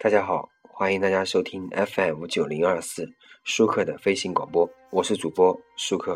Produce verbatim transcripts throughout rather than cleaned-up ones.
大家好，欢迎大家收听 F M 九零二四舒克的飞行广播，我是主播舒克。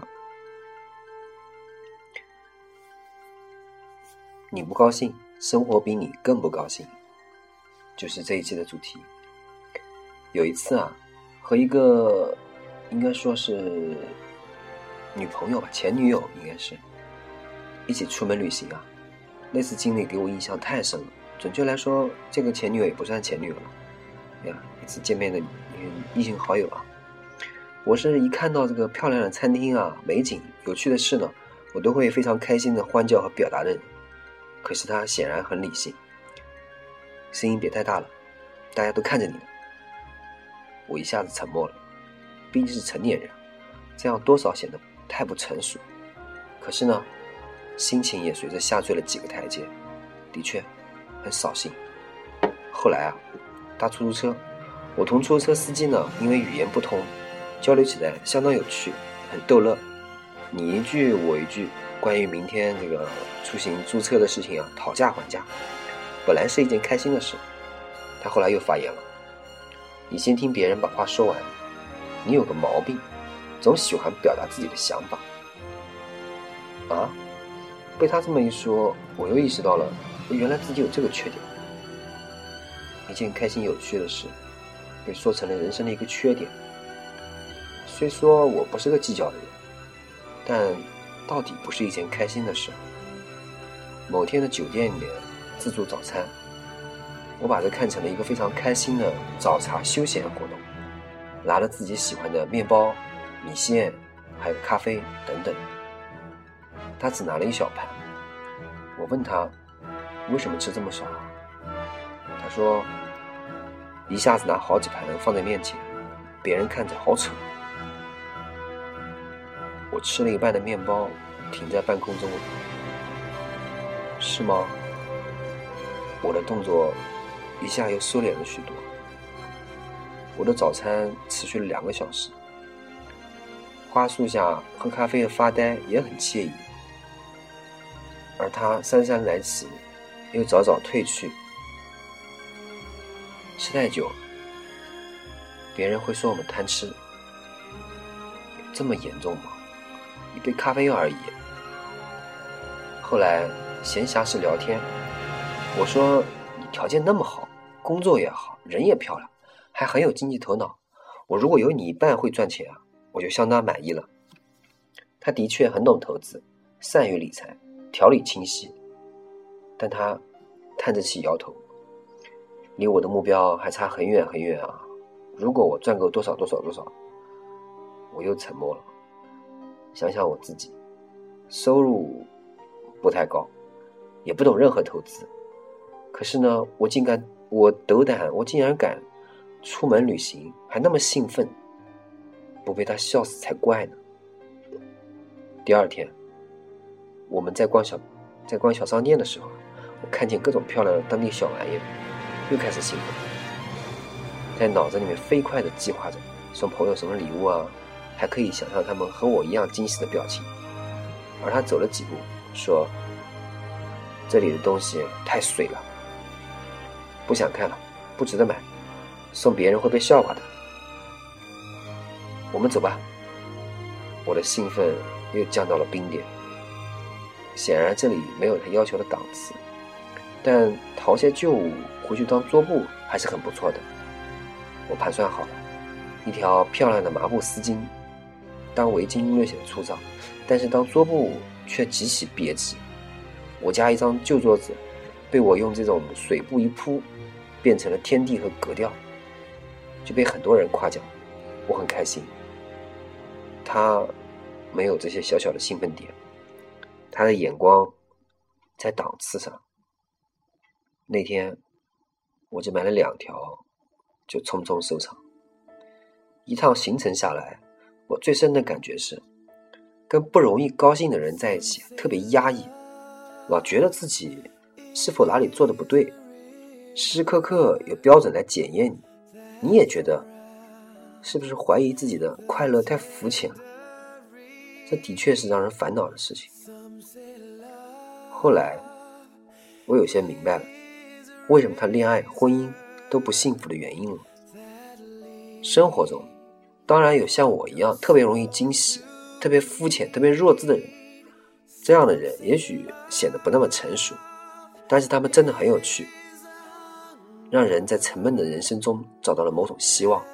你不高兴，生活比你更不高兴，就是这一期的主题。有一次啊，和一个应该说是女朋友吧，前女友应该是一起出门旅行啊，那次经历给我印象太深了。准确来说，这个前女友也不算前女友了呀，一次见面的异性好友啊。我是一看到这个漂亮的餐厅啊、美景、有趣的事呢，我都会非常开心的欢叫和表达的人。可是他显然很理性，声音别太大了，大家都看着你呢。我一下子沉默了，毕竟是成年人，这样多少显得太不成熟。可是呢，心情也随着下坠了几个台阶，的确很扫兴。后来啊，搭出租车，我同出租车司机呢，因为语言不通，交流起来相当有趣，很逗乐。你一句我一句，关于明天这个出行租车的事情啊，讨价还价，本来是一件开心的事。他后来又发言了：你先听别人把话说完，你有个毛病，总喜欢表达自己的想法。啊，被他这么一说，我又意识到了，原来自己有这个缺点。一件开心有趣的事被说成了人生的一个缺点。虽说我不是个计较的人，但到底不是一件开心的事。某天的酒店里面自助早餐，我把这看成了一个非常开心的早茶休闲活动，拿了自己喜欢的面包、米线还有咖啡等等。他只拿了一小盘，我问他为什么吃这么少，他说一下子拿好几盘放在面前，别人看着好丑。我吃了一半的面包停在半空中，是吗？我的动作一下又收敛了许多。我的早餐持续了两个小时，花树下喝咖啡的发呆也很惬意，而他姗姗来迟，又早早退去。吃太久，别人会说我们贪吃，这么严重吗？一杯咖啡而已。后来闲暇时聊天，我说你条件那么好，工作也好，人也漂亮，还很有经济头脑，我如果有你一半会赚钱啊，我就相当满意了。他的确很懂投资，善于理财，条理清晰，但他叹着气摇头，离我的目标还差很远很远啊！如果我赚够多少多少多少，我又沉默了。想想我自己，收入不太高，也不懂任何投资，可是呢，我竟敢，我斗胆，我竟然敢出门旅行，还那么兴奋，不被他笑死才怪呢。第二天，我们在逛小在逛小商店的时候，我看见各种漂亮的当地小玩意，又开始兴奋，在脑子里面飞快地计划着送朋友什么礼物啊，还可以想象他们和我一样惊喜的表情。而他走了几步说，这里的东西太水了，不想看了，不值得买，送别人会被笑话的。我们走吧。我的兴奋又降到了冰点。显然这里没有他要求的档次，但淘些旧物回去当桌布还是很不错的。我盘算好了，一条漂亮的麻布丝巾，当围巾略显粗糙，但是当桌布却极其别致。我家一张旧桌子被我用这种水布一铺，变成了天地和格调，就被很多人夸奖，我很开心。他没有这些小小的兴奋点，他的眼光在档次上。那天我就买了两条，就匆匆收场。一趟行程下来，我最深的感觉是，跟不容易高兴的人在一起特别压抑，老觉得自己是否哪里做的不对，时时刻刻有标准来检验你。你也觉得是不是怀疑自己的快乐太肤浅了？这的确是让人烦恼的事情。后来我有些明白了，为什么他恋爱婚姻都都不幸福的原因了。生活中当然有像我一样特别容易惊喜、特别肤浅、特别弱智的人，这样的人也许显得不那么成熟，但是他们真的很有趣，让人在沉闷的人生中找到了某种希望。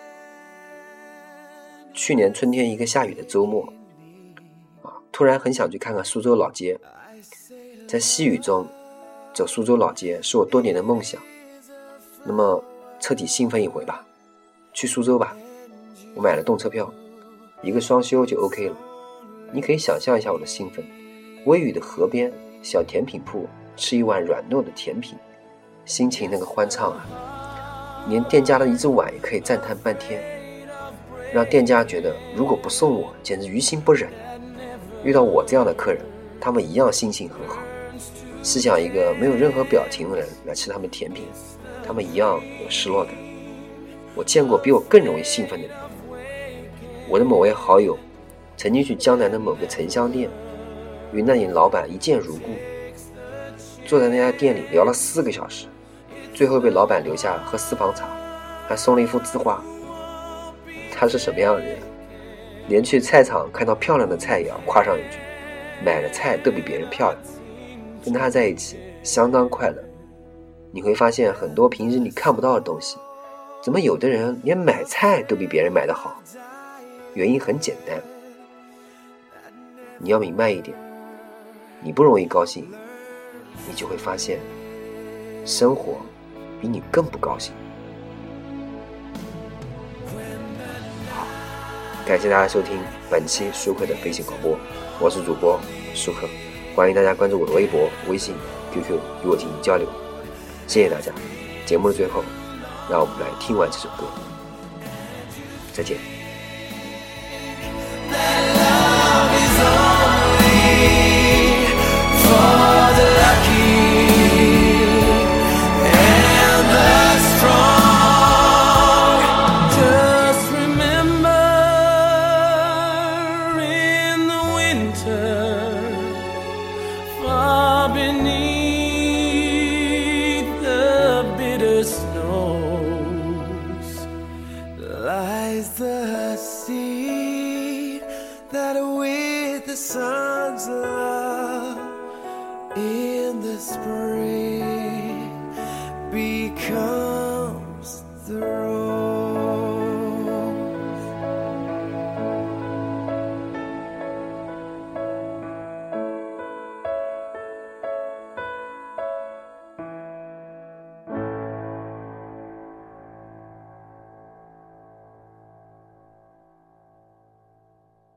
去年春天一个下雨的周末啊，突然很想去看看苏州老街。在细雨中走苏州老街是我多年的梦想，那么彻底兴奋一回吧，去苏州吧。我买了动车票，一个双休就 OK 了。你可以想象一下我的兴奋。微雨的河边小甜品铺，吃一碗软糯的甜品，心情那个欢畅啊，连店家的一只碗也可以赞叹半天，让店家觉得如果不送我简直于心不忍。遇到我这样的客人，他们一样心情很好。试想一个没有任何表情的人来吃他们甜品，他们一样有失落感。我见过比我更容易兴奋的人。我的某位好友曾经去江南的某个沉香店，与那里老板一见如故，坐在那家店里聊了四个小时，最后被老板留下喝私房茶，还送了一幅字画。他是什么样的人？连去菜场看到漂亮的菜也要夸上一句，买的菜都比别人漂亮。跟他在一起相当快乐。你会发现很多平时你看不到的东西，怎么有的人连买菜都比别人买得好？原因很简单，你要明白一点，你不容易高兴，你就会发现生活比你更不高兴。好，感谢大家收听本期舒克的飞行广播，我是主播舒克，欢迎大家关注我的微博、微信、Q Q 与我进行交流。谢谢大家。节目的最后，让我们来听完这首歌。再见。 The seed that with the sun's love in the spring becomes the rose.